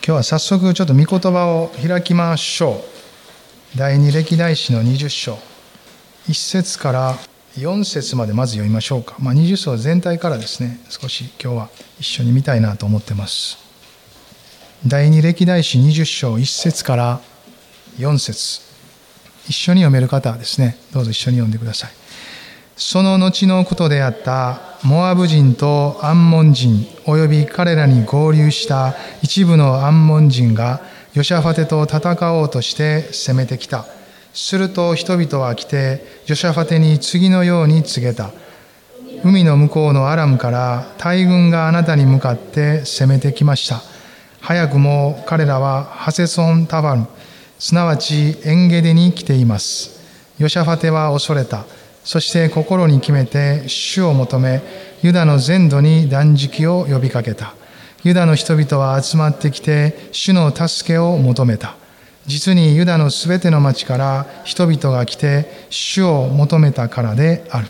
今日は早速ちょっと御言葉を開きましょう。第二歴代史の20章1節から4節までまず読みましょうか。20章全体からですね、少し今日は一緒に見たいなと思ってます。第二歴代史20章1節から4節、一緒に読める方はですね、どうぞ一緒に読んでください。その後のことであったモアブ人とアンモン人および彼らに合流した一部のアンモン人がヨシャファテと戦おうとして攻めてきた。すると人々は来てヨシャファテに次のように告げた。海の向こうのアラムから大軍があなたに向かって攻めてきました。早くも彼らはハセソンタバル、すなわちエンゲデに来ています。ヨシャファテは恐れた。そして心に決めて主を求め、ユダの全土に断食を呼びかけた。ユダの人々は集まってきて主の助けを求めた。実にユダのすべての町から人々が来て主を求めたからである。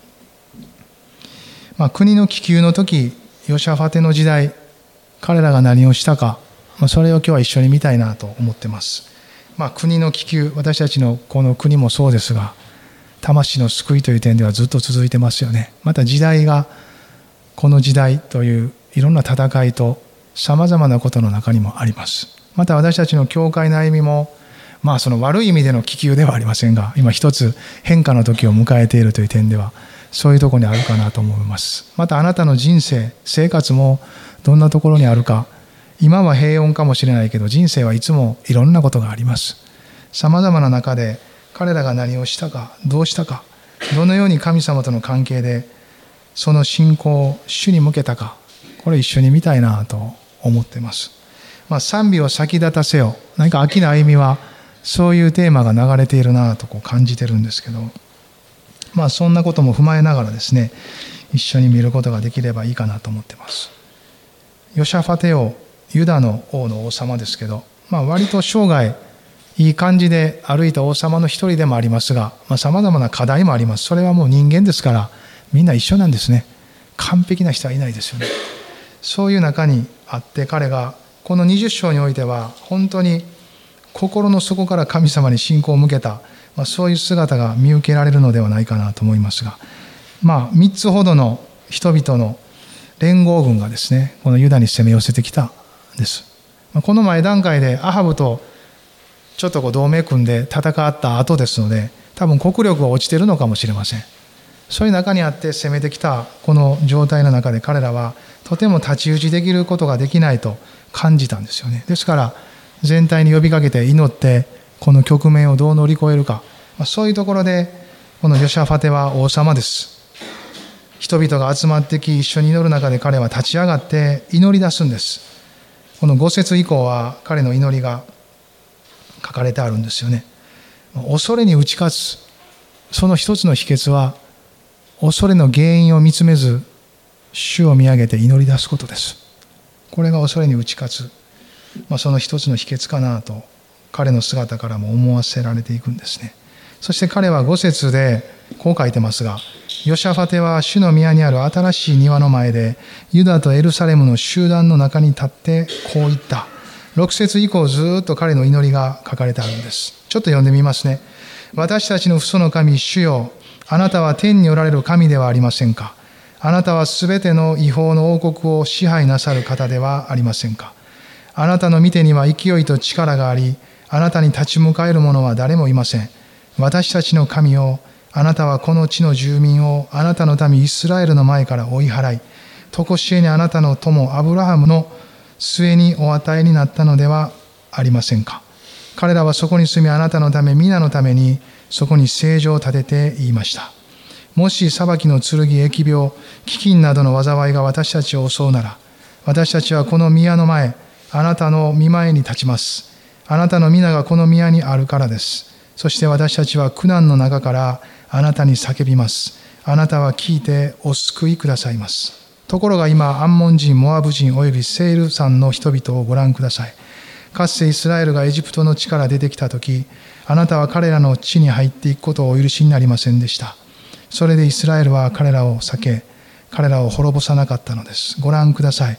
国の気球の時、ヨシャファテの時代、彼らが何をしたか、それを今日は一緒に見たいなと思っています。国の気球、私たちのこの国もそうですが、魂の救いという点ではずっと続いてますよね。また時代が、この時代といういろんな戦いと様々なことの中にもあります。また私たちの教会の歩みも、その悪い意味での気球ではありませんが、今一つ変化の時を迎えているという点では、そういうところにあるかなと思います。またあなたの人生、生活もどんなところにあるか、今は平穏かもしれないけど、人生はいつもいろんなことがあります。様々な中で、彼らが何をしたか、どうしたか、どのように神様との関係でその信仰を主に向けたか、これ一緒に見たいなと思っています。賛美を先立たせよ。何か秋の歩みはそういうテーマが流れているなと感じてるんですけど、そんなことも踏まえながらですね、一緒に見ることができればいいかなと思っています。ヨシャファテ王、ユダの王の王様ですけど、割と生涯いい感じで歩いた王様の一人でもありますが、様々な課題もあります。それはもう人間ですから、みんな一緒なんですね。完璧な人はいないですよね。そういう中にあって、彼がこの20章においては本当に心の底から神様に信仰を向けた、そういう姿が見受けられるのではないかなと思いますが、3つほどの人々の連合軍がですね、このユダに攻め寄せてきたんです。この前段階でアハブとちょっと同盟組んで戦った後ですので、多分国力が落ちているのかもしれません。そういう中にあって攻めてきたこの状態の中で、彼らはとても太刀打ちできることができないと感じたんですよね。ですから全体に呼びかけて祈って、この局面をどう乗り越えるか、そういうところでこのヨシャファテは王様です。人々が集まってき一緒に祈る中で、彼は立ち上がって祈り出すんです。この5節以降は彼の祈りが書かれてあるんですよね。恐れに打ち勝つ、その一つの秘訣は、恐れの原因を見つめず主を見上げて祈り出すことです。これが恐れに打ち勝つ、その一つの秘訣かなと彼の姿からも思わせられていくんですね。そして彼は5節でこう書いてますが、ヨシャファテは主の宮にある新しい庭の前でユダとエルサレムの集団の中に立ってこう言った。6節以降ずっと彼の祈りが書かれてあるんです。ちょっと読んでみますね。私たちの父祖の神、主よ、あなたは天におられる神ではありませんか。あなたはすべての違法の王国を支配なさる方ではありませんか。あなたの御手には勢いと力があり、あなたに立ち向かえる者は誰もいません。私たちの神よ、あなたはこの地の住民をあなたの民イスラエルの前から追い払い、常しえにあなたの友アブラハムの末にお与えになったのではありませんか。彼らはそこに住み、あなたのため皆のためにそこに聖城を建てて言いました。もし裁きの剣、疫病、飢饉などの災いが私たちを襲うなら、私たちはこの宮の前、あなたの御前に立ちます。あなたの皆がこの宮にあるからです。そして私たちは苦難の中からあなたに叫びます。あなたは聞いてお救いくださいます。ところが今、アンモン人、モアブ人およびセール山の人々をご覧ください。かつてイスラエルがエジプトの地から出てきたとき、あなたは彼らの地に入っていくことをお許しになりませんでした。それでイスラエルは彼らを避け、彼らを滅ぼさなかったのです。ご覧ください。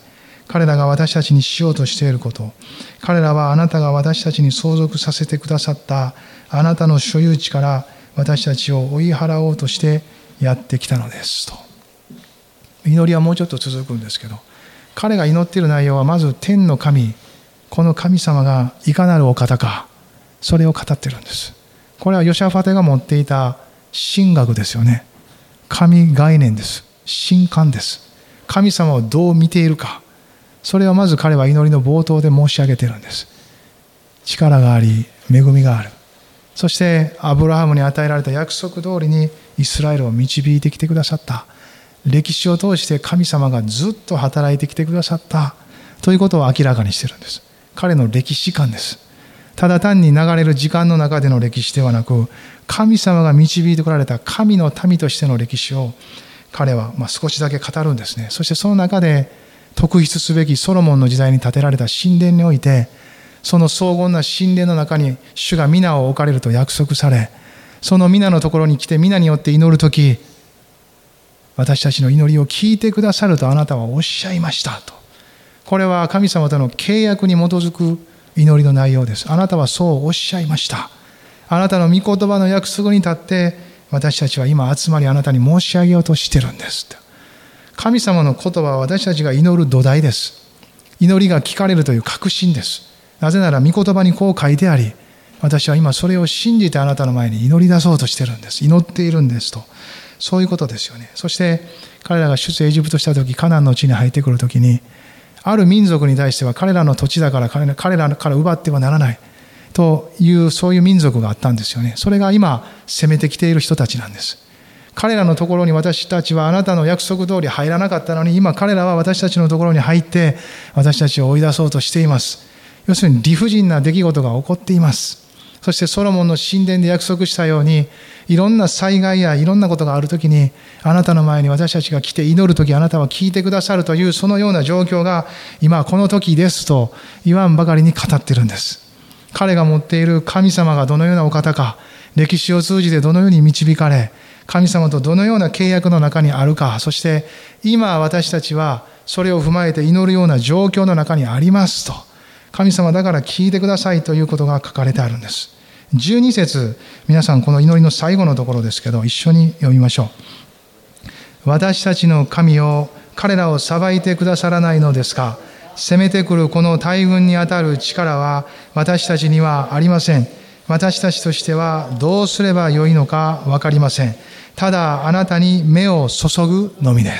彼らが私たちにしようとしていること、彼らはあなたが私たちに相続させてくださったあなたの所有地から私たちを追い払おうとしてやってきたのですと。祈りはもうちょっと続くんですけど、彼が祈っている内容はまず天の神、この神様がいかなるお方か、それを語っているんです。これはヨシャファテが持っていた神学ですよね。神概念です。神観です。神様をどう見ているか、それをまず彼は祈りの冒頭で申し上げているんです。力があり、恵みがある。そしてアブラハムに与えられた約束通りにイスラエルを導いてきてくださった。歴史を通して神様がずっと働いてきてくださったということを明らかにしているんです。彼の歴史観です。ただ単に流れる時間の中での歴史ではなく、神様が導いてこられた神の民としての歴史を彼は少しだけ語るんですね。そしてその中で特筆すべきソロモンの時代に建てられた神殿において、その荘厳な神殿の中に主が皆を置かれると約束され、その皆のところに来て皆によって祈るとき、私たちの祈りを聞いてくださるとあなたはおっしゃいましたと。これは神様との契約に基づく祈りの内容です。あなたはそうおっしゃいました。あなたの御言葉の約束に立って私たちは今集まりあなたに申し上げようとしてるんですと。神様の言葉は私たちが祈る土台です。祈りが聞かれるという確信です。なぜなら御言葉にこう書いてあり、私は今それを信じてあなたの前に祈り出そうとしてるんです。祈っているんですと。そういうことですよね。そして彼らが出エジプトした時、カナンの地に入ってくる時に、ある民族に対しては彼らの土地だから彼らから奪ってはならないというそういう民族があったんですよね。それが今攻めてきている人たちなんです。彼らのところに私たちはあなたの約束通り入らなかったのに、今彼らは私たちのところに入って私たちを追い出そうとしています。要するに理不尽な出来事が起こっています。そしてソロモンの神殿で約束したように、いろんな災害やいろんなことがあるときに、あなたの前に私たちが来て祈るとき、あなたは聞いてくださるという、そのような状況が今この時ですと言わんばかりに語っているんです。彼が持っている神様がどのようなお方か、歴史を通じてどのように導かれ、神様とどのような契約の中にあるか、そして今私たちはそれを踏まえて祈るような状況の中にありますと。神様だから聞いてくださいということが書かれてあるんです。12節、皆さんこの祈りの最後のところですけど、一緒に読みましょう。私たちの神よ、彼らを裁いてくださらないのですか。攻めてくるこの大軍にあたる力は私たちにはありません。私たちとしてはどうすればよいのか分かりません。ただあなたに目を注ぐのみです。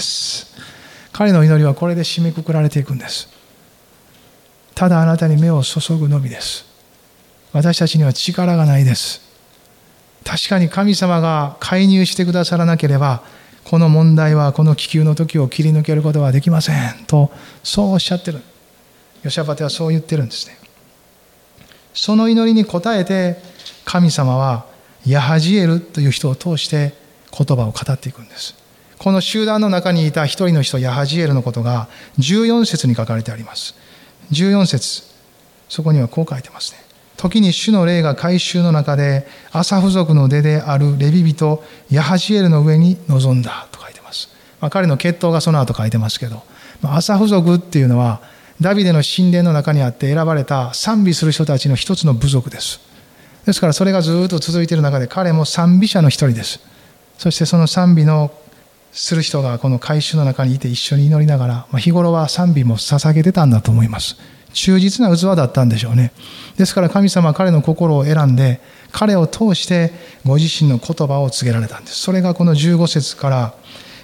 彼の祈りはこれで締めくくられていくんです。ただあなたに目を注ぐのみです。私たちには力がないです。確かに神様が介入してくださらなければ、この問題はこの気球の時を切り抜けることはできませんと、そうおっしゃってる。ヨシャファテはそう言ってるんですね。その祈りに応えて、神様はヤハジエルという人を通して言葉を語っていくんです。この集団の中にいた一人の人、ヤハジエルのことが14節に書かれてあります。14節、そこにはこう書いてますね。時に主の霊が改宗の中でアサフ族の出であるレビ人ヤハジエルの上に臨んだと書いてます。彼の血統がその後書いてますけど、アサフ族っていうのはダビデの神殿の中にあって選ばれた賛美する人たちの一つの部族です。ですからそれがずっと続いている中で彼も賛美者の一人です。そしてその賛美のする人がこの改宗の中にいて一緒に祈りながら、日頃は賛美も捧げてたんだと思います。忠実な器だったんでしょうね。ですから神様は彼の心を選んで、彼を通してご自身の言葉を告げられたんです。それがこの15節から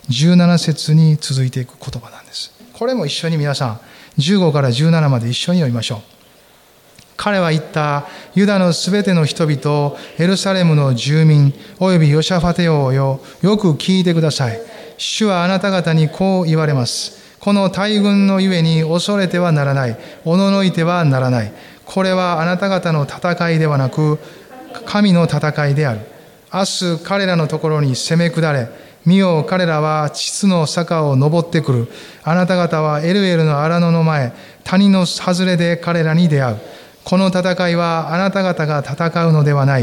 17節に続いていく言葉なんです。これも一緒に皆さん15から17まで一緒に読みましょう。彼は言った。ユダのすべての人々、エルサレムの住民およびヨシャファテ王よ、よく聞いてください。主はあなた方にこう言われます。この大軍のゆえに恐れてはならない。おののいてはならない。これはあなた方の戦いではなく、神の戦いである。明日彼らのところに攻め下れ。見よ、彼らは膣の坂を登ってくる。あなた方はエルエルの荒野の前、谷の外れで彼らに出会う。この戦いはあなた方が戦うのではない。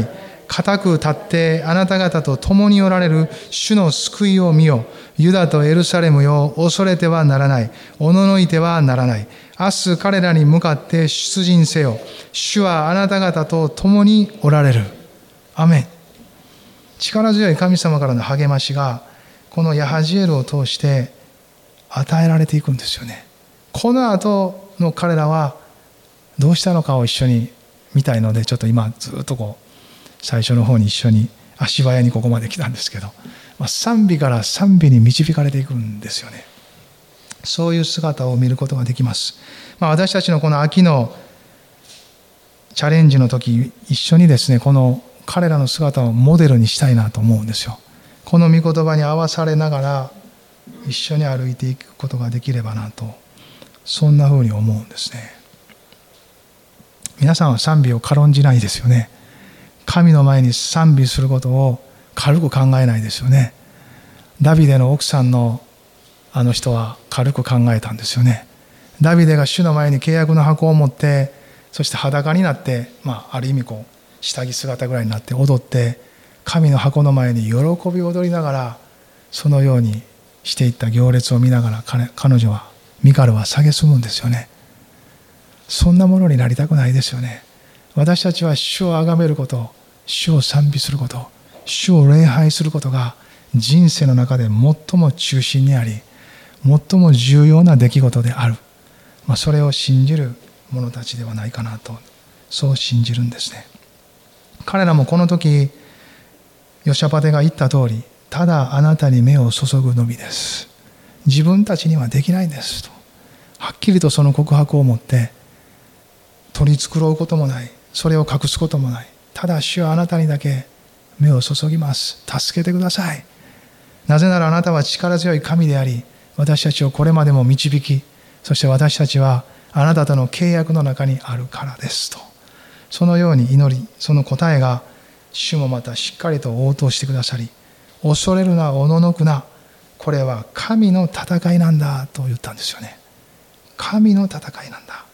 固く立ってあなた方と共におられる主の救いを見よ。ユダとエルサレムよ、恐れてはならない。おののいてはならない。明日彼らに向かって出陣せよ。主はあなた方と共におられる。アメン。力強い神様からの励ましが、このヤハジエルを通して与えられていくんですよね。この後の彼らはどうしたのかを一緒に見たいので、ちょっと今ずっと最初の方に一緒に足早にここまで来たんですけど、賛美から賛美に導かれていくんですよね。そういう姿を見ることができます。私たちのこの秋のチャレンジの時、一緒にですね、この彼らの姿をモデルにしたいなと思うんですよ。この御言葉に合わされながら一緒に歩いていくことができればなと、そんなふうに思うんですね。皆さんは賛美を軽んじないですよね。神の前に賛美することを軽く考えないですよね。ダビデの奥さんのあの人は軽く考えたんですよね。ダビデが主の前に契約の箱を持って、そして裸になって、ある意味下着姿ぐらいになって踊って、神の箱の前に喜び踊りながら、そのようにしていった行列を見ながら、彼女は、ミカルは蔑むんですよね。そんなものになりたくないですよね。私たちは主を崇めること、主を賛美すること、主を礼拝することが人生の中で最も中心にあり、最も重要な出来事である。それを信じる者たちではないかなと、そう信じるんですね。彼らもこの時、ヨシャパテが言った通り、ただあなたに目を注ぐのみです。自分たちにはできないんですと。はっきりとその告白を持って、取り繕うこともない。それを隠すこともない。ただ主はあなたにだけ目を注ぎます。助けてください。なぜならあなたは力強い神であり、私たちをこれまでも導き、そして私たちはあなたとの契約の中にあるからですと。そのように祈り、その答えが主もまたしっかりと応答してくださり、恐れるな、おののくな、これは神の戦いなんだと言ったんですよね。神の戦いなんだ。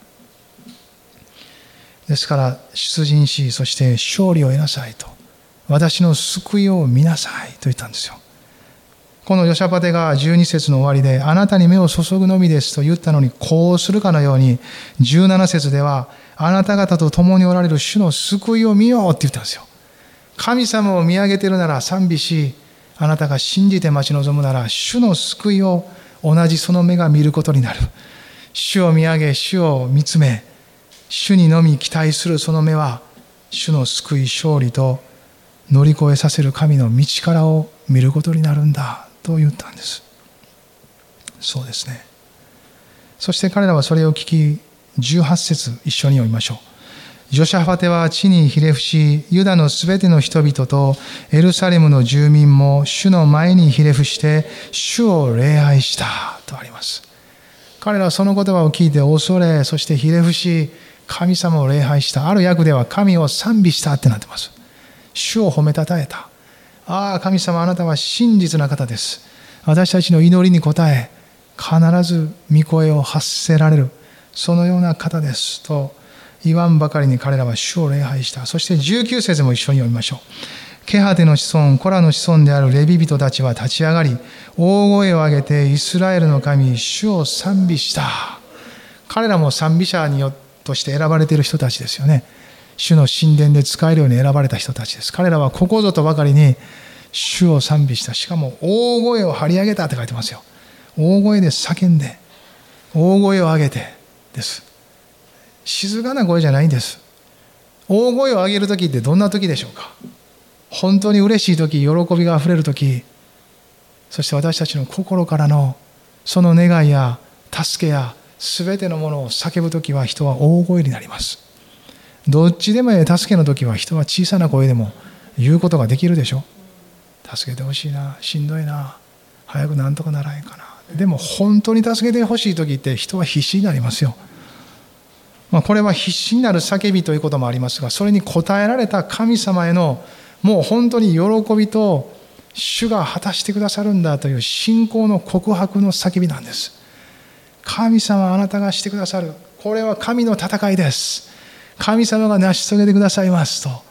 ですから出陣し、そして勝利を得なさいと、私の救いを見なさいと言ったんですよ。このヨシャパテが12節の終わりで、あなたに目を注ぐのみですと言ったのに、こうするかのように、17節では、あなた方と共におられる主の救いを見ようって言ったんですよ。神様を見上げているなら賛美し、あなたが信じて待ち望むなら、主の救いを同じその目が見ることになる。主を見上げ、主を見つめ、主にのみ期待するその目は、主の救い勝利と乗り越えさせる神の道からを見ることになるんだと言ったんです。そうですね。そして彼らはそれを聞き、18節一緒に読みましょう。ヨシャファテは地にひれ伏し、ユダのすべての人々とエルサレムの住民も主の前にひれ伏して主を礼拝したとあります。彼らはその言葉を聞いて恐れ、そしてひれ伏し、神様を礼拝した。ある訳では神を賛美したってなってます。主を褒めたたえた。ああ、神様、あなたは真実な方です。私たちの祈りに応え、必ず御声を発せられる、そのような方ですと言わんばかりに彼らは主を礼拝した。そして19節も一緒に読みましょう。ケハテの子孫、コラの子孫であるレビ人たちは立ち上がり、大声を上げてイスラエルの神、主を賛美した。彼らも賛美者として選ばれている人たちですよね。主の神殿で使えるように選ばれた人たちです。彼らはここぞとばかりに主を賛美した。しかも大声を張り上げたって書いてますよ。大声で叫んで、大声を上げてです。静かな声じゃないんです。大声を上げるときってどんなときでしょうか。本当に嬉しいとき、喜びがあふれるとき、そして私たちの心からのその願いや助けやすべてのものを叫ぶときは人は大声になります。どっちでも助けのときは人は小さな声でも言うことができるでしょ。助けてほしいな、しんどいな、早くなんとかならへんかな。でも本当に助けてほしいときって人は必死になりますよ。これは必死になる叫びということもありますが、それに応えられた神様へのもう本当に喜びと主が果たしてくださるんだという信仰の告白の叫びなんです。神様、あなたがしてくださる。これは神の戦いです。神様が成し遂げてくださいますと、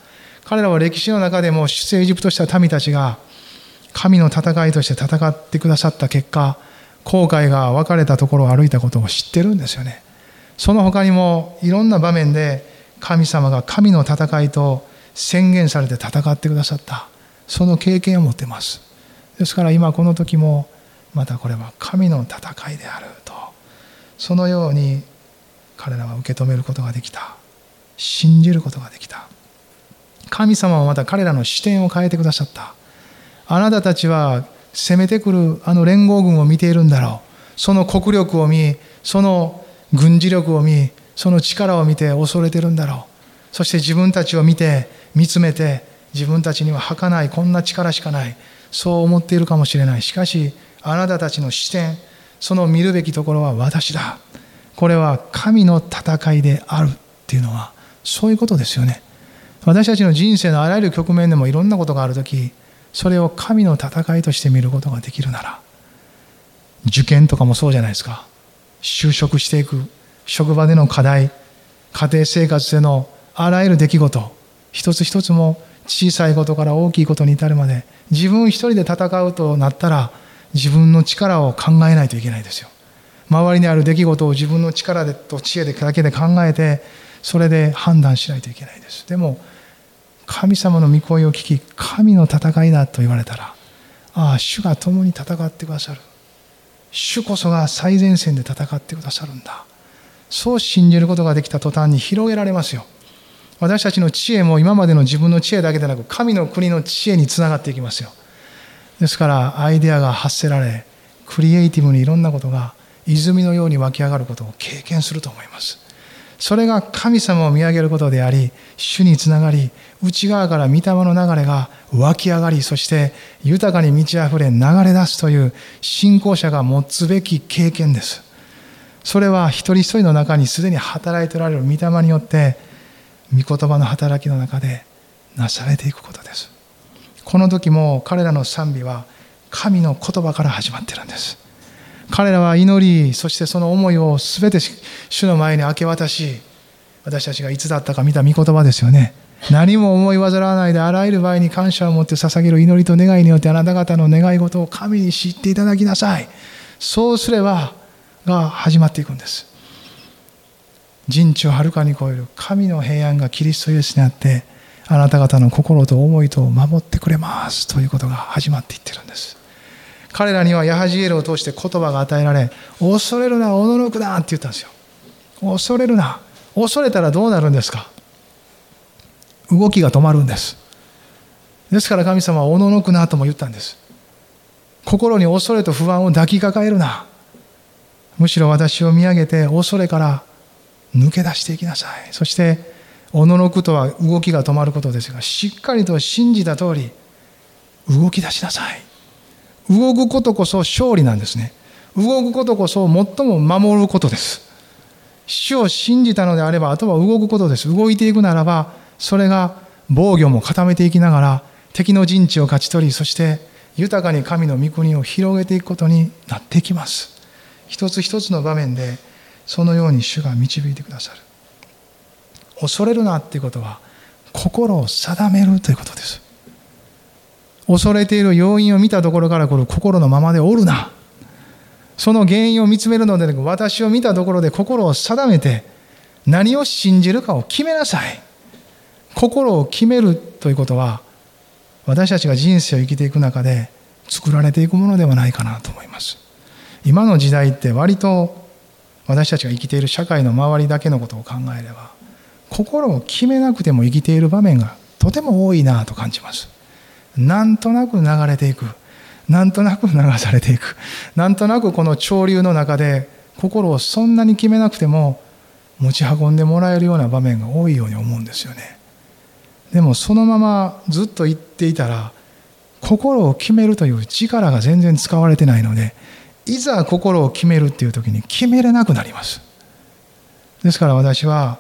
彼らは歴史の中でも出エジプトした民たちが神の戦いとして戦ってくださった結果、航海が分かれたところを歩いたことを知ってるんですよね。その他にもいろんな場面で神様が神の戦いと宣言されて戦ってくださった、その経験を持っています。ですから今この時もまたこれは神の戦いであると、そのように彼らは受け止めることができた、信じることができた。神様はまた彼らの視点を変えてくださった。あなたたちは攻めてくるあの連合軍を見ているんだろう。その国力を見、その軍事力を見、その力を見て恐れてるんだろう。そして自分たちを見て見つめて、自分たちには儚い、こんな力しかない、そう思っているかもしれない。しかしあなたたちの視点、その見るべきところは私だ。これは神の戦いであるっていうのはそういうことですよね。私たちの人生のあらゆる局面でもいろんなことがあるとき、それを神の戦いとして見ることができるなら、受験とかもそうじゃないですか。就職していく、職場での課題、家庭生活でのあらゆる出来事、一つ一つも小さいことから大きいことに至るまで、自分一人で戦うとなったら自分の力を考えないといけないですよ。周りにある出来事を自分の力でと知恵だけで考えて、それで判断しないといけないです。でも神様の御声を聞き、神の戦いだと言われたら、ああ、主が共に戦ってくださる、主こそが最前線で戦ってくださるんだ、そう信じることができた途端に広げられますよ。私たちの知恵も今までの自分の知恵だけでなく、神の国の知恵につながっていきますよ。ですからアイデアが発せられ、クリエイティブにいろんなことが泉のように湧き上がることを経験すると思います。それが神様を見上げることであり、主につながり、内側から御霊の流れが湧き上がり、そして豊かに満ち溢れ流れ出すという信仰者が持つべき経験です。それは一人一人の中にすでに働いておられる御霊によって、御言葉の働きの中でなされていくことです。この時も彼らの賛美は神の言葉から始まっているんです。彼らは祈り、そしてその思いをすべて主の前に明け渡し、私たちがいつだったか見た御言葉ですよね。何も思い煩わないで、あらゆる場合に感謝を持って捧げる祈りと願いによって、あなた方の願い事を神に知っていただきなさい。そうすればが始まっていくんです。人知をはるかに超える神の平安がキリストイエスにあって、あなた方の心と思いとを守ってくれますということが始まっていってるんです。彼らにはヤハジエルを通して言葉が与えられ、恐れるな、おののくなって言ったんですよ。恐れるな。恐れたらどうなるんですか。動きが止まるんです。ですから神様はおののくなとも言ったんです。心に恐れと不安を抱きかかえるな。むしろ私を見上げて恐れから抜け出していきなさい。そしておののくとは動きが止まることですが、しっかりと信じた通り動き出しなさい。動くことこそ勝利なんですね。動くことこそ最も守ることです。主を信じたのであれば、あとは動くことです。動いていくならば、それが防御も固めていきながら敵の陣地を勝ち取り、そして豊かに神の御国を広げていくことになっていきます。一つ一つの場面でそのように主が導いてくださる。恐れるなっていうことは心を定めるということです。恐れている要因を見たところから来る心のままでおるな。その原因を見つめるのでなく、私を見たところで心を定めて何を信じるかを決めなさい。心を決めるということは、私たちが人生を生きていく中で作られていくものではないかなと思います。今の時代って割と私たちが生きている社会の周りだけのことを考えれば、心を決めなくても生きている場面がとても多いなと感じます。なんとなく流れていく、なんとなく流されていく、なんとなくこの潮流の中で心をそんなに決めなくても持ち運んでもらえるような場面が多いように思うんですよね。でもそのままずっと言っていたら、心を決めるという力が全然使われてないので、いざ心を決めるっていう時に決めれなくなります。ですから私は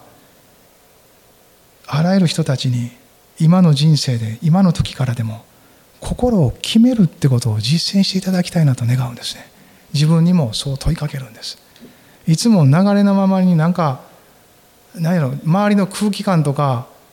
あらゆる人たちに今の人生で、今の時からでも心を決めるってことを実践していただきたいなと願うんですね。自分にもそう問いかけるんです。いつも流れのままに周りの空気感とか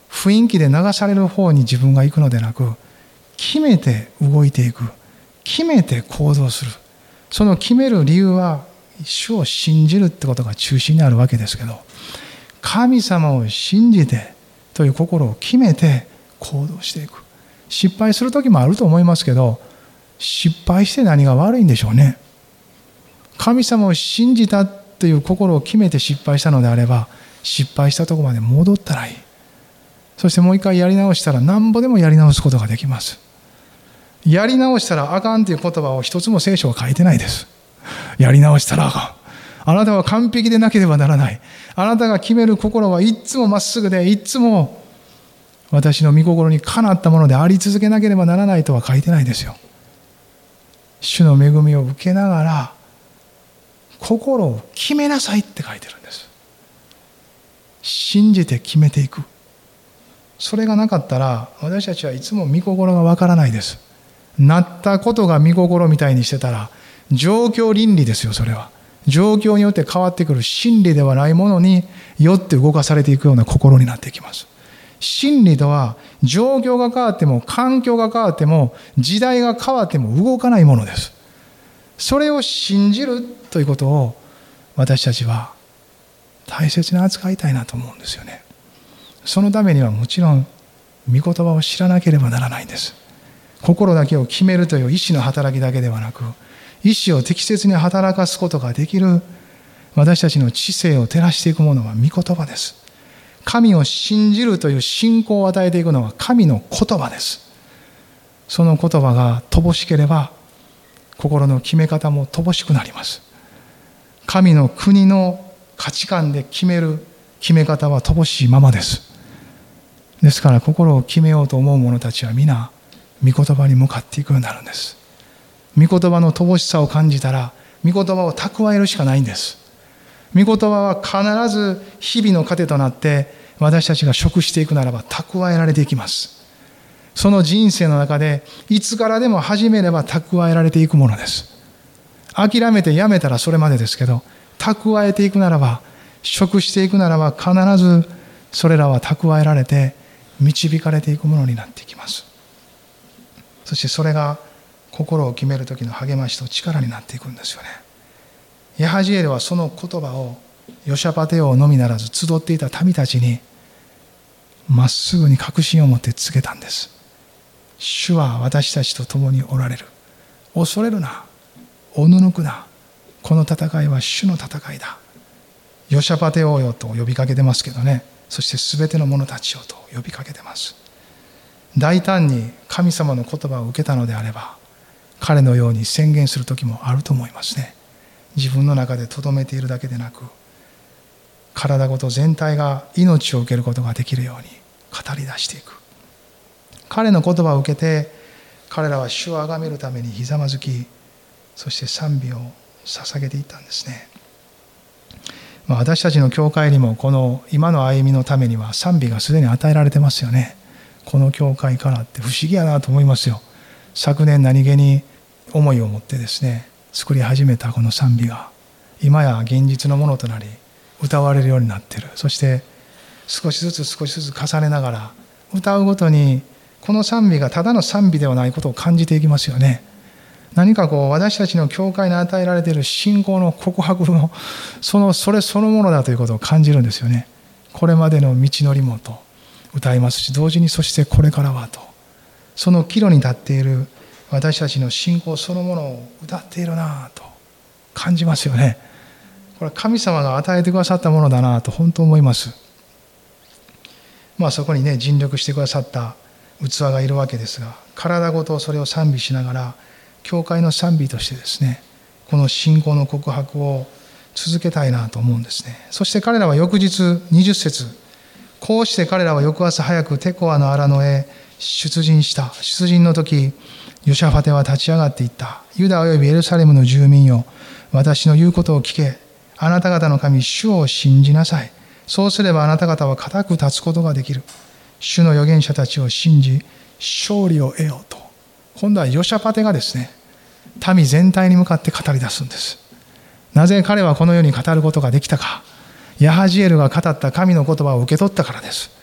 雰囲気で流される方に自分が行くのでなく、決めて動いていく。決めて行動する。その決める理由は、主を信じるってことが中心にあるわけですけど、神様を信じてという心を決めて行動していく。失敗する時もあると思いますけど、失敗して何が悪いんでしょうね。神様を信じたという心を決めて失敗したのであれば、失敗したところまで戻ったらいい。そしてもう一回やり直したらなんぼでもやり直すことができます。やり直したらあかんという言葉を一つも聖書は書いてないです。やり直したらあかん。あなたは完璧でなければならない。あなたが決める心はいつもまっすぐで、いつも私の御心にかなったものであり続けなければならないとは書いてないですよ。主の恵みを受けながら心を決めなさいって書いてるんです。信じて決めていく。それがなかったら私たちはいつも御心がわからないです。なったことが御心みたいにしてたら状況倫理ですよ。それは状況によって変わってくる真理ではないものによって動かされていくような心になっていきます。真理とは状況が変わっても環境が変わっても時代が変わっても動かないものです。それを信じるということを私たちは大切に扱いたいなと思うんですよね。そのためにはもちろん御言葉を知らなければならないんです。心だけを決めるという意志の働きだけではなく、意志を適切に働かすことができる私たちの知性を照らしていくものは御言葉です。神を信じるという信仰を与えていくのは神の言葉です。その言葉が乏しければ心の決め方も乏しくなります。神の国の価値観で決める決め方は乏しいままです。ですから心を決めようと思う者たちは皆御言葉に向かっていくようになるんです。御言葉の乏しさを感じたら御言葉を蓄えるしかないんです。御言葉は必ず日々の糧となって私たちが食していくならば蓄えられていきます。その人生の中でいつからでも始めれば蓄えられていくものです。諦めてやめたらそれまでですけど、蓄えていくならば、食していくならば必ずそれらは蓄えられて導かれていくものになっていきます。そしてそれが心を決める時の励ましと力になっていくんですよね。ヤハジエルはその言葉をヨシャパテ王のみならず集っていた民たちにまっすぐに確信を持って告げたんです。主は私たちと共におられる。恐れるな。おぬぬくな。この戦いは主の戦いだ。ヨシャパテ王よと呼びかけてますけどね。そしてすべての者たちよと呼びかけてます。大胆に神様の言葉を受けたのであれば、彼のように宣言する時もあると思いますね。自分の中で留めているだけでなく、体ごと全体が命を受けることができるように語り出していく。彼の言葉を受けて、彼らは主をあがめるためにひざまずき、そして賛美を捧げていったんですね。私たちの教会にもこの今の歩みのためには賛美がすでに与えられてますよね。この教会からって不思議やなと思いますよ。昨年何気に思いを持ってですね、作り始めたこの賛美が今や現実のものとなり歌われるようになっている。そして少しずつ重ねながら歌うごとにこの賛美がただの賛美ではないことを感じていきますよね。何か私たちの教会に与えられている信仰の告白のそれそのものだということを感じるんですよね。これまでの道のりもと歌いますし、同時にそしてこれからはと、その岐路に立っている私たちの信仰そのものを歌っているなと感じますよね。これは神様が与えてくださったものだなと本当思います。そこにね、尽力してくださった器がいるわけですが、体ごとそれを賛美しながら教会の賛美としてですね、この信仰の告白を続けたいなと思うんですね。そして彼らは翌日20節、こうして彼らは翌朝早くテコアの荒野へ出陣した。出陣の時、ヨシャファテは立ち上がっていった。ユダおよびエルサレムの住民よ、私の言うことを聞け。あなた方の神、主を信じなさい。そうすればあなた方は固く立つことができる。主の預言者たちを信じ、勝利を得ようと。今度はヨシャパテがですね、民全体に向かって語り出すんです。なぜ彼はこのように語ることができたか。ヤハジエルが語った神の言葉を受け取ったからです。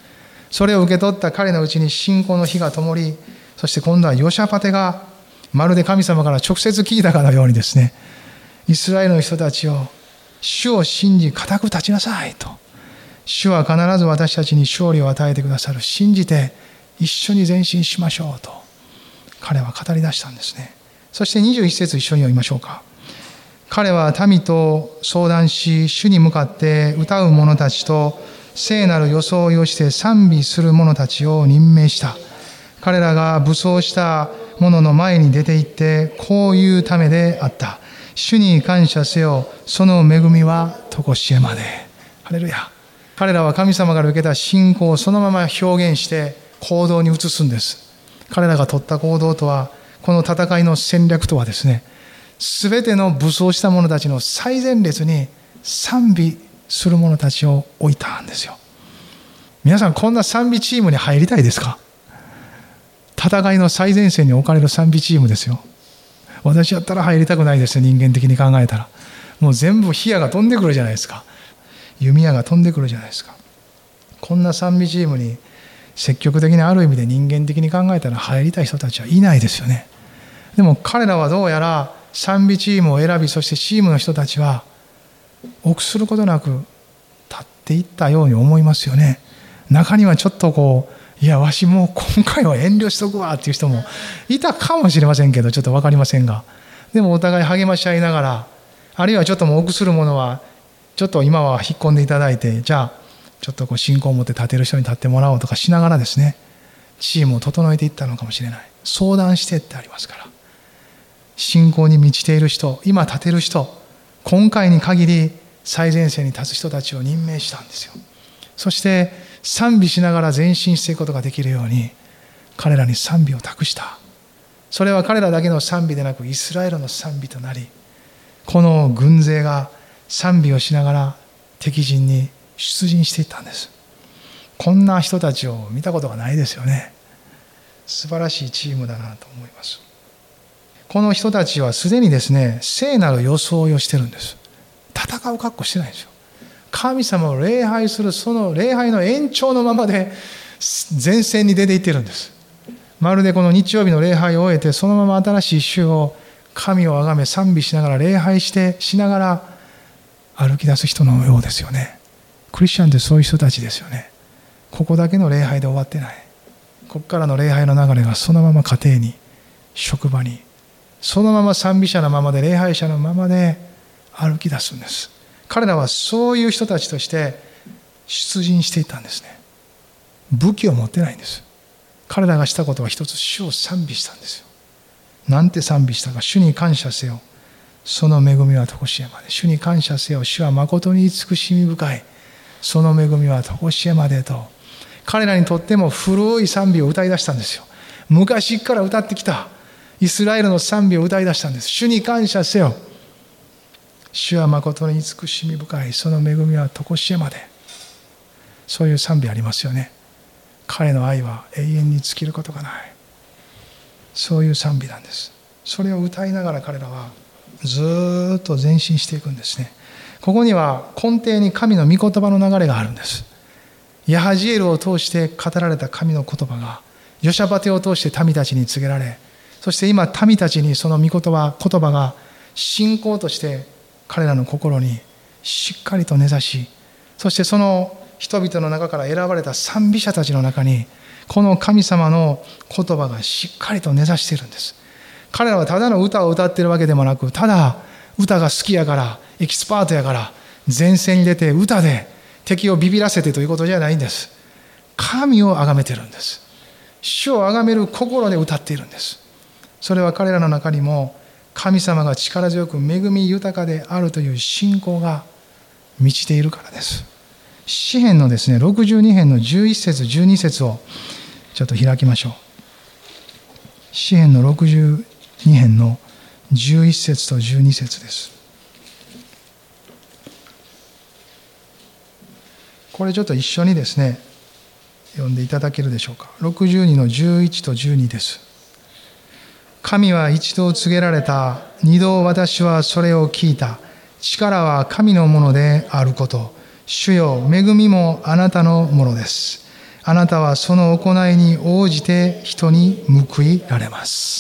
それを受け取った彼のうちに信仰の火が灯り、そして今度はヨシャパテがまるで神様から直接聞いたかのようにですね、イスラエルの人たちを主を信じ固く立ちなさいと、主は必ず私たちに勝利を与えてくださる、信じて一緒に前進しましょうと彼は語り出したんですね。そして21節一緒に読みましょうか。彼は民と相談し、主に向かって歌う者たちと聖なる装いをして賛美する者たちを任命した。彼らが武装した者の前に出て行ってこう言うためであった。主に感謝せよ、その恵みは常しえまで。ハレルヤ。彼らは神様から受けた信仰をそのまま表現して行動に移すんです。彼らが取った行動とは、この戦いの戦略とはですね、すべての武装した者たちの最前列に賛美する者たちを置いたんですよ。皆さん、こんな賛美チームに入りたいですか？戦いの最前線に置かれる賛美チームですよ。私だったら入りたくないですよ。人間的に考えたらもう全部火矢が飛んでくるじゃないですか。弓矢が飛んでくるじゃないですか。こんな賛美チームに積極的にある意味で人間的に考えたら入りたい人たちはいないですよね。でも彼らはどうやら賛美チームを選び、そしてチームの人たちは臆することなく立っていったように思いますよね。中にはちょっといやわしもう今回は遠慮しとくわっていう人もいたかもしれませんけど、ちょっと分かりませんが、でもお互い励まし合いながら、あるいはちょっともう臆する者はちょっと今は引っ込んでいただいて、じゃあちょっと信仰を持って立てる人に立ってもらおうとかしながらですね、チームを整えていったのかもしれない。相談してってありますから、信仰に満ちている人、今立てる人、今回に限り最前線に立つ人たちを任命したんですよ。そして賛美しながら前進していくことができるように彼らに賛美を託した。それは彼らだけの賛美でなくイスラエルの賛美となり、この軍勢が賛美をしながら敵陣に出陣していったんです。こんな人たちを見たことがないですよね。素晴らしいチームだなと思います。この人たちはすでにですね、聖なる装いをしてるんです。戦う格好してないんですよ。神様を礼拝するその礼拝の延長のままで前線に出ていってるんです。まるでこの日曜日の礼拝を終えて、そのまま新しい週を神をあがめ賛美しながら礼拝しながら歩き出す人のようですよね。クリスチャンってそういう人たちですよね。ここだけの礼拝で終わってない。ここからの礼拝の流れがそのまま家庭に、職場に、そのまま賛美者のままで礼拝者のままで歩き出すんです。彼らはそういう人たちとして出陣していったんですね。武器を持ってないんです。彼らがしたことは一つ、主を賛美したんですよ。なんて賛美したか。主に感謝せよ、その恵みは常しえまで。主に感謝せよ、主は誠に慈しみ深い、その恵みは常しえまでと、彼らにとっても古い賛美を歌い出したんですよ。昔から歌ってきたイスラエルの賛美を歌い出したんです。主に感謝せよ、主は誠に慈しみ深い、その恵みは常しえまで。そういう賛美ありますよね。彼の愛は永遠に尽きることがない。そういう賛美なんです。それを歌いながら彼らはずっと前進していくんですね。ここには根底に神の御言葉の流れがあるんです。ヤハジエルを通して語られた神の言葉がヨシャバテを通して民たちに告げられ、そして今民たちにその御言葉が信仰として彼らの心にしっかりと根ざし、そしてその人々の中から選ばれた賛美者たちの中にこの神様の言葉がしっかりと根ざしているんです。彼らはただの歌を歌っているわけでもなく、ただ歌が好きやからエキスパートやから前線に出て歌で敵をビビらせてということじゃないんです。神を崇めているんです。主を崇める心で歌っているんです。それは彼らの中にも神様が力強く恵み豊かであるという信仰が満ちているからです。詩編のですね、62編の11節12節をちょっと開きましょう。詩編の62編の11節と12節です。これちょっと一緒にですね、読んでいただけるでしょうか。62の11と12です。神は一度告げられた。二度私はそれを聞いた。力は神のものであること。主よ、恵みもあなたのものです。 あなたはその行いに応じて人に報いられます。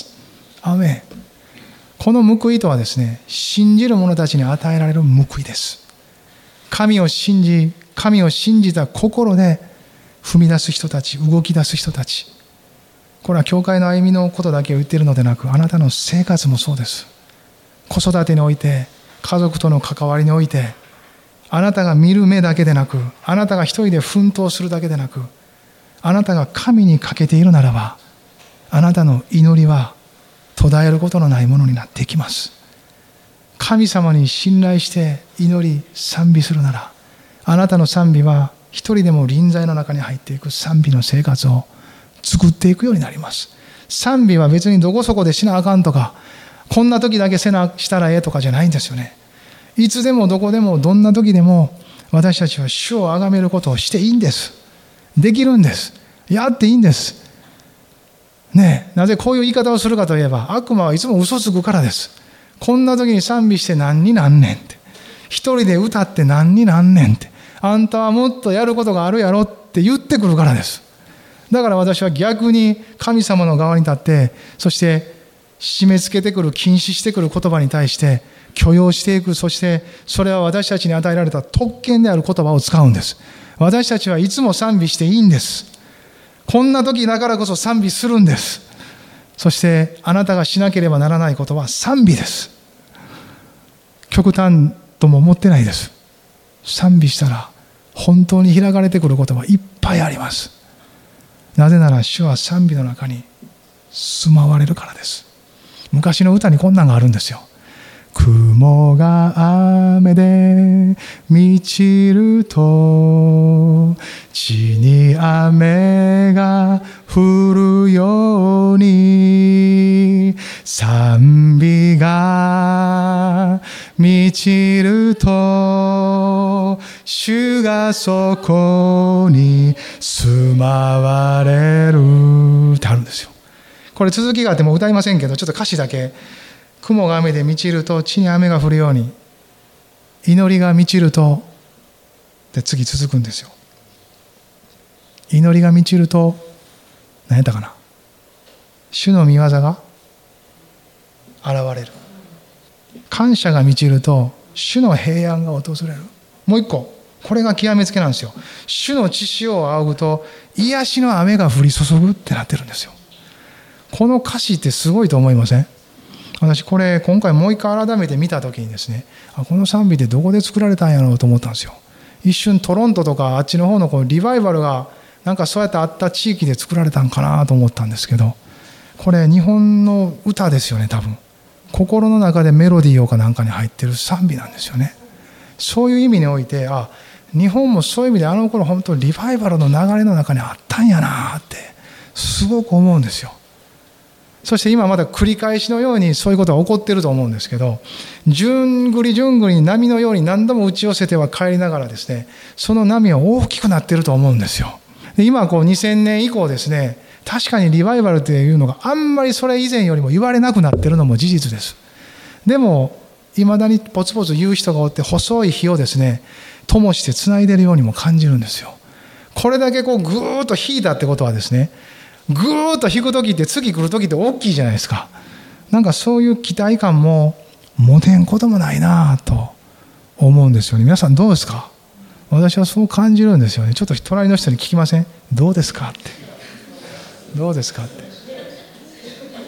アメン。この報いとはですね、信じる者たちに与えられる報いです。神を信じた心で踏み出す人たち、動き出す人たち。これは教会の歩みのことだけを言っているのでなく、あなたの生活もそうです。子育てにおいて、家族との関わりにおいて、あなたが見る目だけでなく、あなたが一人で奮闘するだけでなく、あなたが神にかけているならば、あなたの祈りは途絶えることのないものになってきます。神様に信頼して祈り賛美するなら、あなたの賛美は一人でも臨在の中に入っていく賛美の生活を作っていくようになります。賛美は別にどこそこでしなあかんとか、こんな時だけしたらええとかじゃないんですよね。いつでもどこでもどんな時でも私たちは主を崇めることをしていいんです。できるんです。やっていいんです。ねえ、なぜこういう言い方をするかといえば、悪魔はいつも嘘つくからです。こんな時に賛美して何になんねんって。一人で歌って何になんねんって。あんたはもっとやることがあるやろって言ってくるからです。だから私は逆に神様の側に立って、そして締め付けてくる、禁止してくる言葉に対して許容していく。そしてそれは私たちに与えられた特権である言葉を使うんです。私たちはいつも賛美していいんです。こんな時だからこそ賛美するんです。そしてあなたがしなければならないことは賛美です。極端とも思ってないです。賛美したら本当に開かれてくることはいっぱいあります。なぜなら主は賛美の中に住まわれるからです。昔の歌にこんなんがあるんですよ。雲が雨で満ちると地に雨が降るように賛美が満ちると主がそこに住まわれるってあるんですよ。これ続きがあっても歌いませんけど、ちょっと歌詞だけ。雲が雨で満ちると地に雨が降るように、祈りが満ちるとで次続くんですよ。祈りが満ちると何やったかな、主の御業が現れる。感謝が満ちると主の平安が訪れる。もう一個、これが極めつけなんですよ。主の血潮を仰ぐと癒しの雨が降り注ぐってなってるんですよ。この歌詞ってすごいと思いません？私これ今回もう一回改めて見た時にですね、この賛美ってどこで作られたんやろうと思ったんですよ。一瞬トロントとかあっちの方のリバイバルがなんかそうやってあった地域で作られたんかなと思ったんですけど、これ日本の歌ですよね。多分心の中でメロディーをかなんかに入ってる賛美なんですよね。そういう意味において、日本もそういう意味であの頃本当にリバイバルの流れの中にあったんやなってすごく思うんですよ。そして今まだ繰り返しのようにそういうことが起こっていると思うんですけど、じゅんぐりじゅんぐり波のように何度も打ち寄せては帰りながらですね、その波は大きくなっていると思うんですよ。で今2000年以降ですね、確かにリバイバルというのがあんまりそれ以前よりも言われなくなっているのも事実です。でもいまだにポツポツ言う人がおって、細い火をですね灯してつないでいるようにも感じるんですよ。これだけぐーっと引いたってことはですね、ぐーっと引くときって次来るときって大きいじゃないですか。なんかそういう期待感も持てんこともないなと思うんですよね。皆さんどうですか？私はそう感じるんですよね。ちょっと隣の人に聞きません？どうですかって。どうですかって。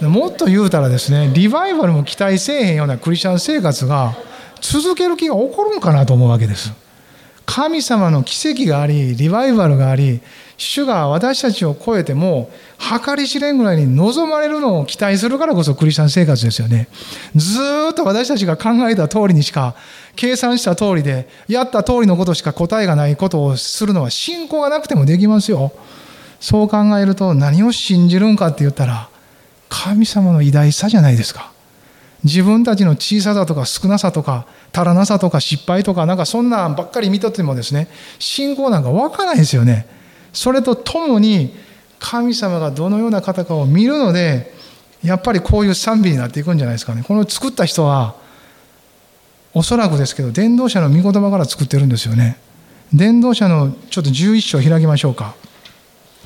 もっと言うたらですね、リバイバルも期待せえへんようなクリスチャン生活が続ける気が起こるんかなと思うわけです。神様の奇跡があり、リバイバルがあり、主が私たちを超えても計り知れんぐらいに望まれるのを期待するからこそクリスチャン生活ですよね。ずーっと私たちが考えた通りにしか、計算した通りでやった通りのことしか答えがないことをするのは信仰がなくてもできますよ。そう考えると何を信じるんかって言ったら神様の偉大さじゃないですか。自分たちの小ささとか少なさとか足らなさとか失敗とかなんかそんなんばっかり見とってもですね、信仰なんか湧かないですよね。それとともに神様がどのような方かを見るので、やっぱりこういう賛美になっていくんじゃないですかね。この作った人はおそらくですけど伝道者の御言葉から作ってるんですよね。伝道者のちょっと11章開きましょうか。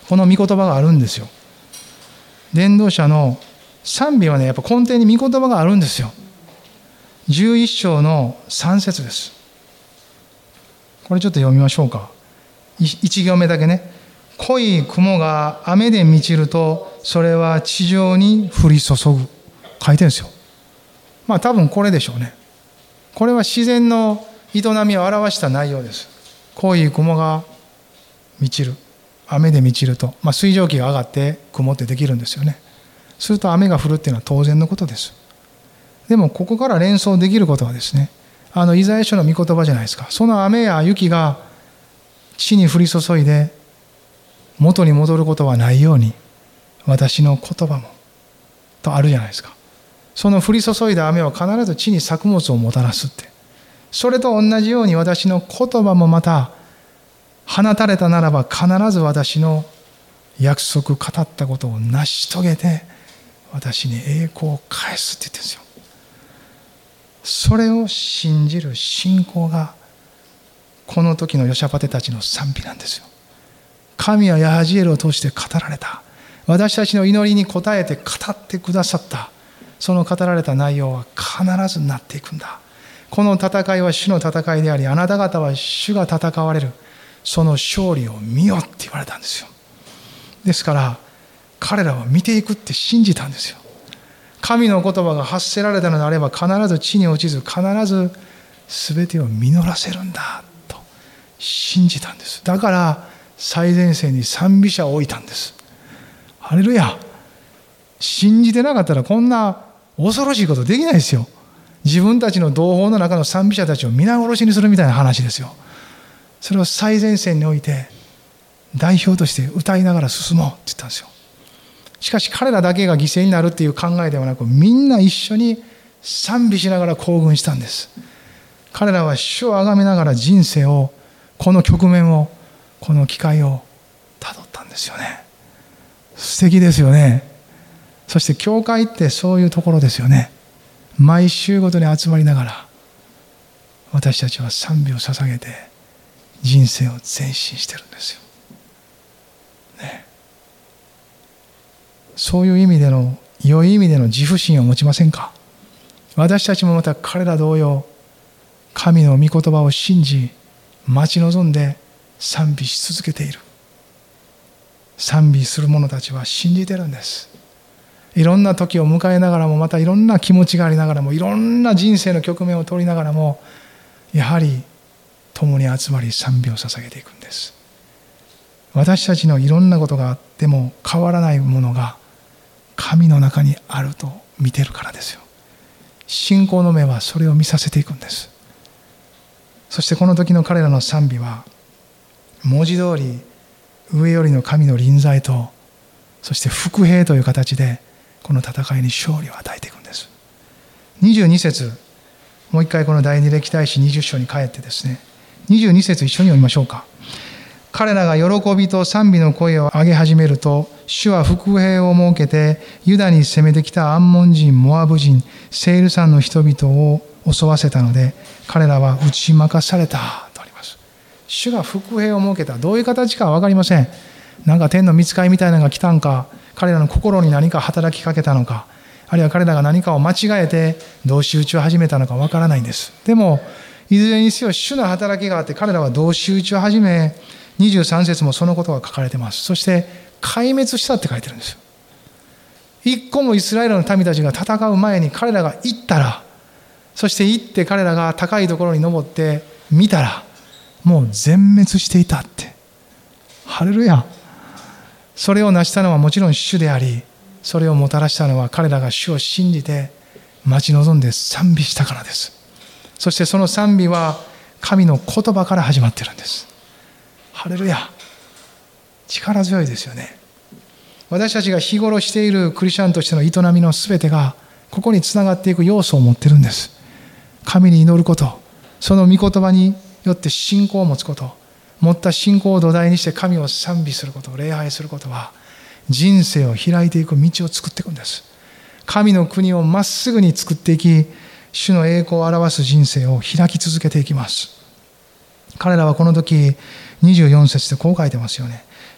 この御言葉があるんですよ。伝道者の賛美はね、やっぱ根底に御言葉があるんですよ。11章の3節です。これちょっと読みましょうか。1行目だけね。濃い雲が雨で満ちると、それは地上に降り注ぐ。書いてるんですよ。まあ多分これでしょうね。これは自然の営みを表した内容です。濃い雲が満ちる。雨で満ちると、水蒸気が上がって雲ってできるんですよね。すると雨が降るっていうのは当然のことです。でもここから連想できることはですね、イザヤ書の御言葉じゃないですか。その雨や雪が地に降り注いで元に戻ることはないように、私の言葉もとあるじゃないですか。その降り注いだ雨は必ず地に作物をもたらすって。それと同じように私の言葉もまた放たれたならば必ず私の約束語ったことを成し遂げて私に栄光を返すって言ってるんですよ。それを信じる信仰がこの時のヨシャパテたちの賛美なんですよ。神はヤハジエルを通して語られた。私たちの祈りに応えて語ってくださった。その語られた内容は必ずなっていくんだ。この戦いは主の戦いであり、あなた方は主が戦われる。その勝利を見よって言われたんですよ。ですから彼らは見ていくって信じたんですよ。神の言葉が発せられたのであれば必ず地に落ちず必ず全てを実らせるんだと信じたんです。だから最前線に賛美者を置いたんです。ハレルヤ。信じてなかったらこんな恐ろしいことできないですよ。自分たちの同胞の中の賛美者たちを皆殺しにするみたいな話ですよ。それを最前線に置いて代表として歌いながら進もうって言ったんですよ。しかし彼らだけが犠牲になるっていう考えではなく、みんな一緒に賛美しながら行軍したんです。彼らは主をあがめながら人生を、この局面を、この機会をたどったんですよね。素敵ですよね。そして教会ってそういうところですよね。毎週ごとに集まりながら私たちは賛美を捧げて人生を前進してるんですよ、ね、そういう意味での良い意味での自負心を持ちませんか。私たちもまた彼ら同様神の御言葉を信じ待ち望んで賛美し続けている。賛美する者たちは信じてるんです。いろんな時を迎えながらも、またいろんな気持ちがありながらも、いろんな人生の局面を取りながらも、やはり共に集まり賛美を捧げていくんです。私たちのいろんなことがあっても変わらないものが神の中にあると見てるからですよ。信仰の目はそれを見させていくんです。そしてこの時の彼らの賛美は文字通り上よりの神の臨在と、そして伏兵という形でこの戦いに勝利を与えていくんです。22節、もう一回この第二歴代史20章に帰ってですね、22節一緒に読みましょうか。彼らが喜びと賛美の声を上げ始めると、主は伏兵を設けてユダに攻めてきたアンモン人、モアブ人、セイル山の人々を襲わせたので、彼らは打ち負かされたとあります。主が伏兵を設けた。どういう形かは分かりません。なんか天の御使いみたいなのが来たんか、彼らの心に何か働きかけたのか、あるいは彼らが何かを間違えて同士討ちを始めたのかわからないんです。でもいずれにせよ主の働きがあって彼らは同士討ちを始め、23節もそのことが書かれています。そして壊滅したって書いてるんですよ。一個もイスラエルの民たちが戦う前に彼らが行ったら、そして行って彼らが高いところに登って見たらもう全滅していたって。ハレルヤ。それを成したのはもちろん主であり、それをもたらしたのは彼らが主を信じて待ち望んで賛美したからです。そしてその賛美は神の言葉から始まっているんです。ハレルヤ。力強いですよね。私たちが日頃しているクリスチャンとしての営みのすべてがここにつながっていく要素を持っているんです。神に祈ること、その御言葉によって信仰を持つこと、持った信仰を土台にして神を賛美すること、礼拝することは人生を開いていく道を作っていくんです。神の国をまっすぐに作っていき、主の栄光を表す人生を開き続けていきます。彼らはこの時24節でこう書いてますよね。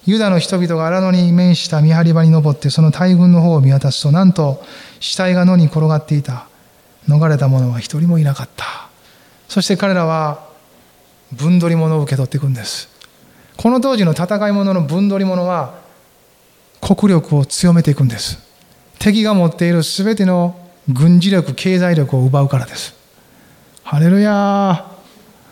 ユダの人々が荒野に面した見張り場に登ってその大軍の方を見渡すと、なんと死体が野に転がっていた。逃れた者は一人もいなかった。そして彼らは分取り物を受け取っていくんです。この当時の戦い物の分取り物は国力を強めていくんです。敵が持っているすべての軍事力、経済力を奪うからです。ハレルヤー。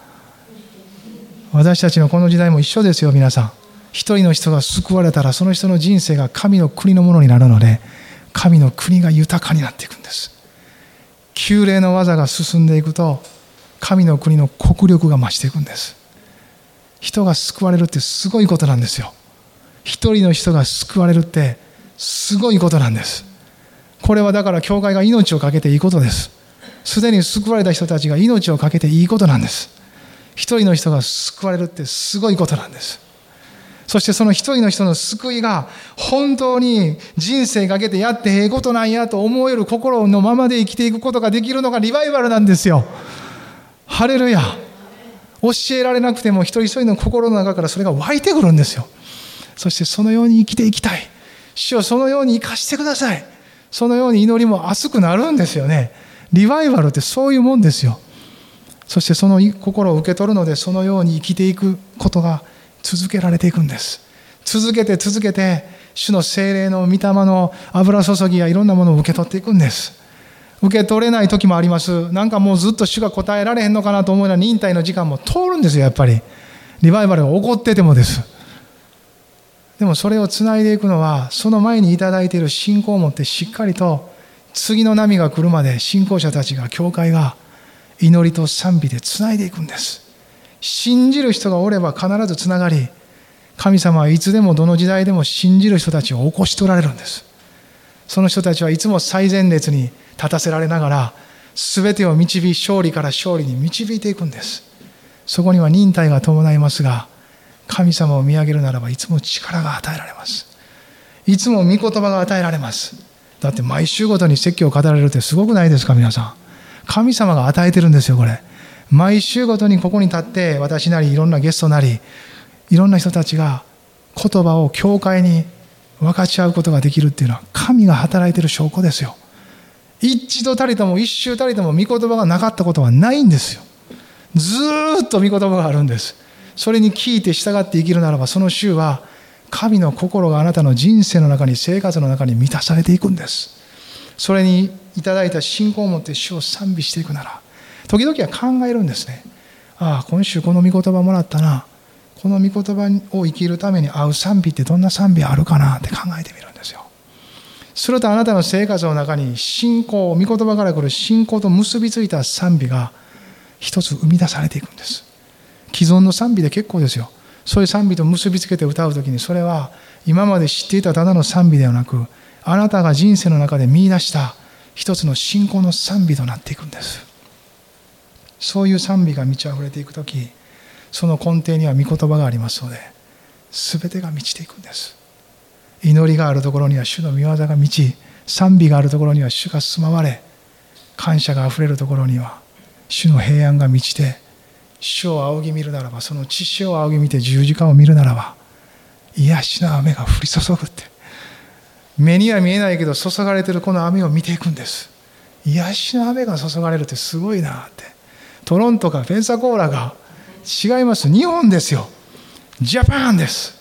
私たちのこの時代も一緒ですよ。皆さん、一人の人が救われたらその人の人生が神の国のものになるので、神の国が豊かになっていくんです。旧礼の技が進んでいくと神の国の国力が増していくんです。人が救われるってすごいことなんですよ。一人の人が救われるってすごいことなんです。これはだから教会が命を懸けていいことです。すでに救われた人たちが命を懸けていいことなんです。一人の人が救われるってすごいことなんです。そしてその一人の人の救いが本当に人生かけてやってええことなんやと思える心のままで生きていくことができるのがリバイバルなんですよ。ハレルヤ。教えられなくても一人一人の心の中からそれが湧いてくるんですよ。そしてそのように生きていきたい。主よ、そのように生かしてください。そのように祈りも熱くなるんですよね。リバイバルってそういうもんですよ。そしてその心を受け取るので、そのように生きていくことが続けられていくんです。続けて主の聖霊の御霊の油注ぎやいろんなものを受け取っていくんです。受け取れない時もあります。なんかもうずっと主が答えられへんのかなと思うような忍耐の時間も通るんですよ。やっぱりリバイバルが起こっててもです。でもそれをつないでいくのは、その前にいただいている信仰を持ってしっかりと次の波が来るまで信仰者たちが、教会が祈りと賛美でつないでいくんです。信じる人がおれば必ずつながり、神様はいつでもどの時代でも信じる人たちを起こしておられるんです。その人たちはいつも最前列に立たせられながら、全てを勝利から勝利に導いていくんです。そこには忍耐が伴いますが、神様を見上げるならばいつも力が与えられます。いつも御言葉が与えられます。だって毎週ごとに説教を語られるってすごくないですか。皆さん、神様が与えてるんですよ。これ毎週ごとにここに立って、私なりいろんなゲストなりいろんな人たちが言葉を教会に分かち合うことができるっていうのは、神が働いている証拠ですよ。一度たりとも一週たりとも御言葉がなかったことはないんですよ。ずーっと御言葉があるんです。それに聞いて従って生きるならば、その週は神の心があなたの人生の中に、生活の中に満たされていくんです。それにいただいた信仰を持って主を賛美していくなら、時々は考えるんですね。ああ、今週この御言葉もらったな。この御言葉を生きるために合う賛美ってどんな賛美あるかなって考えてみるんですよ。するとあなたの生活の中に信仰、御言葉から来る信仰と結びついた賛美が一つ生み出されていくんです。既存の賛美で結構ですよ。そういう賛美と結びつけて歌うときに、それは今まで知っていたただの賛美ではなく、あなたが人生の中で見出した一つの信仰の賛美となっていくんです。そういう賛美が満ち溢れていくとき、その根底には御言葉がありますので、全てが満ちていくんです。祈りがあるところには主の御業が満ち、賛美があるところには主が住まわれ、感謝があふれるところには主の平安が満ちて、主を仰ぎ見るならば、その血潮を仰ぎ見て十字架を見るならば、癒しの雨が降り注ぐって、目には見えないけど注がれているこの雨を見ていくんです。癒しの雨が注がれるってすごいなって。トロントかペンサコーラが違います。日本ですよ。ジャパンです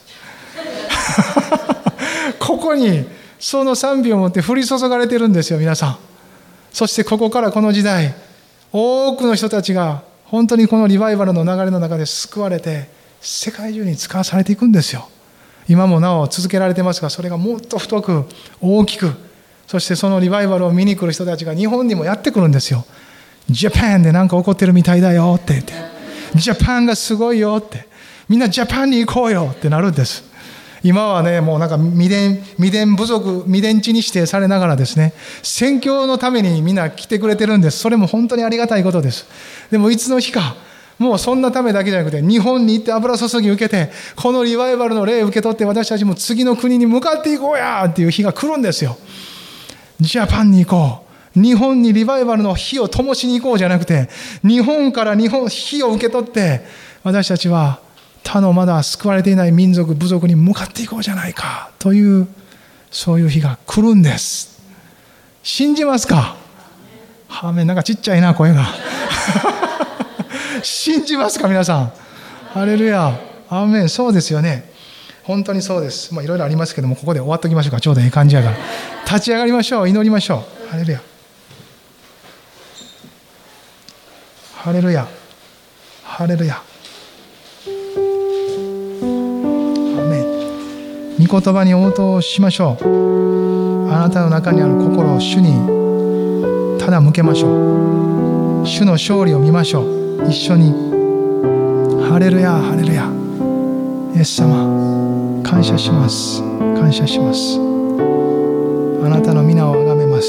ここにその賛美を持って降り注がれてるんですよ、皆さん。そしてここからこの時代、多くの人たちが本当にこのリバイバルの流れの中で救われて、世界中に使わされていくんですよ。今もなお続けられてますが、それがもっと太く大きく、そしてそのリバイバルを見に来る人たちが日本にもやってくるんですよ。ジャパンでなんか起こってるみたいだよって言って、ジャパンがすごいよって、みんなジャパンに行こうよってなるんです。今はね、もうなんか未伝部族、未伝地に指定されながらですね、宣教のためにみんな来てくれてるんです。それも本当にありがたいことです。でもいつの日か、もうそんなためだけじゃなくて、日本に行って油注ぎ受けて、このリバイバルの霊を受け取って、私たちも次の国に向かっていこうやっていう日が来るんですよ。ジャパンに行こう。日本にリバイバルの火を灯しに行こうじゃなくて、日本から火を受け取って、私たちは他のまだ救われていない民族部族に向かっていこうじゃないかという、そういう日が来るんです。信じますか？アーメン。なんかちっちゃいな声が信じますか皆さん？ハレルヤ。アーメン。そうですよね。本当にそうです。いろいろありますけども、ここで終わっときましょうか。ちょうどいい感じやから。立ち上がりましょう。祈りましょう。ハレルヤ。ハレルヤ。ハレルヤ。アーメン。御言葉に応答しましょう。あなたの中にある心を主にただ向けましょう。主の勝利を見ましょう。一緒に。ハレルヤ。ハレルヤ。イエス様、感謝します。感謝します。あなたの皆をあがめます。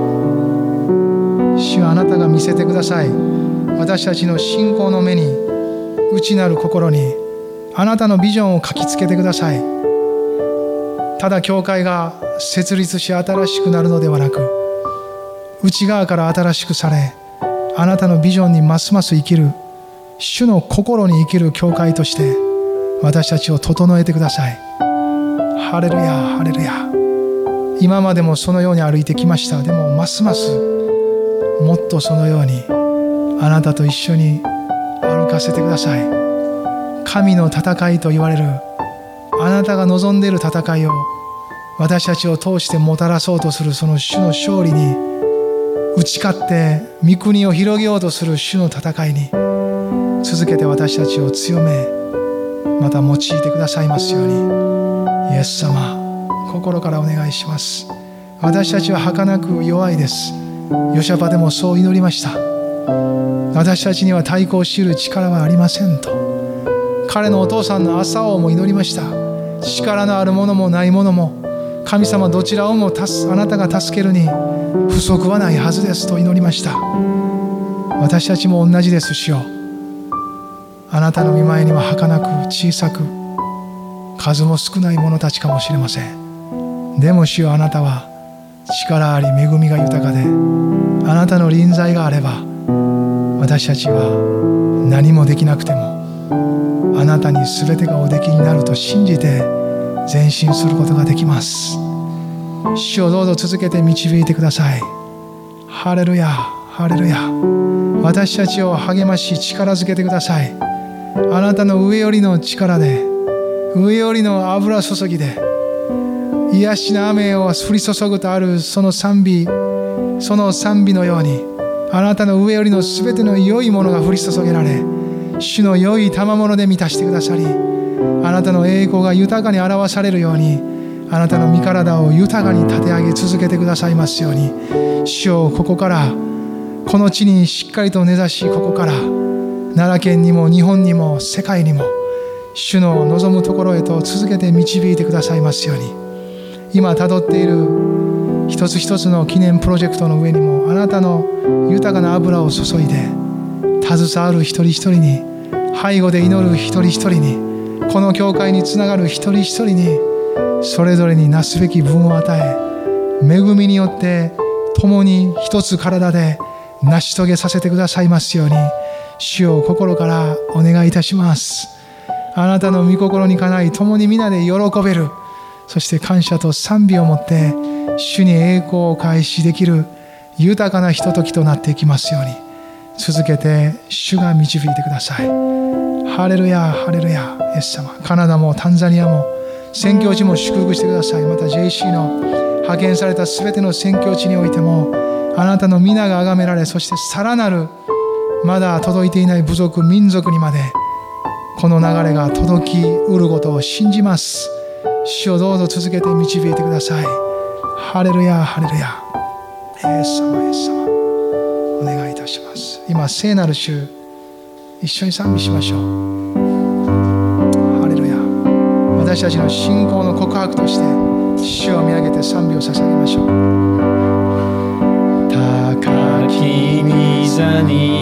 主はあなたが見せてください。私たちの信仰の目に、内なる心にあなたのビジョンを書きつけてください。ただ教会が設立し新しくなるのではなく、内側から新しくされ、あなたのビジョンにますます生きる、主の心に生きる教会として私たちを整えてください。ハレルヤ。ハレルヤ。今までもそのように歩いてきました。でもますますもっとそのようにあなたと一緒に歩かせてください。神の戦いと言われるあなたが望んでいる戦いを私たちを通してもたらそうとするその主の勝利に打ち勝って御国を広げようとする主の戦いに続けて私たちを強め、また用いてくださいますように、イエス様、心からお願いします。私たちは儚く弱いです。ヨシャパでもそう祈りました。私たちには対抗し得る力はありませんと。彼のお父さんのアサオも祈りました。力のあるものもないものも神様どちらをもあなたが助けるに不足はないはずですと祈りました。私たちも同じです。主よ、あなたの御前には儚く小さく数も少ない者たちかもしれません。でも主よ、あなたは力あり恵みが豊かで、あなたの臨在があれば私たちは何もできなくてもあなたに全てがおできになると信じて前進することができます。主をどうぞ続けて導いてください。ハレルヤ。ハレルヤ。私たちを励まし力づけてください。あなたの上よりの力で、上よりの油注ぎで、癒しの雨を降り注ぐとあるその賛美のように、あなたの上よりのすべての良いものが降り注げられ、主の良い賜物で満たしてくださり、あなたの栄光が豊かに表されるように、あなたの身体を豊かに立て上げ続けてくださいますように、主よ、ここからこの地にしっかりと根ざし、ここから奈良県にも日本にも世界にも主の望むところへと続けて導いてくださいますように、今辿っている一つ一つの記念プロジェクトの上にもあなたの豊かな油を注いで、携わる一人一人に、背後で祈る一人一人に、この教会につながる一人一人に、それぞれになすべき分を与え、恵みによって共に一つ体で成し遂げさせてくださいますように、主を心からお願いいたします。あなたの御心にかない、共に皆で喜べる、そして感謝と賛美をもって主に栄光を返しできる豊かなひとときとなっていきますように、続けて主が導いてください。ハレルヤ。ハレルヤ。イエス様、カナダもタンザニアも宣教地も祝福してください。また JC の派遣されたすべての宣教地においてもあなたの皆が崇められ、そしてさらなるまだ届いていない部族民族にまでこの流れが届きうることを信じます。主をどうぞ続けて導いてください。ハレルヤ。ハレルヤ。イエス様、イエス様、お願いいたします。今聖なる主、一緒に賛美しましょう。ハレルヤ。私たちの信仰の告白として主を見上げて賛美を捧げましょう。 高き御座に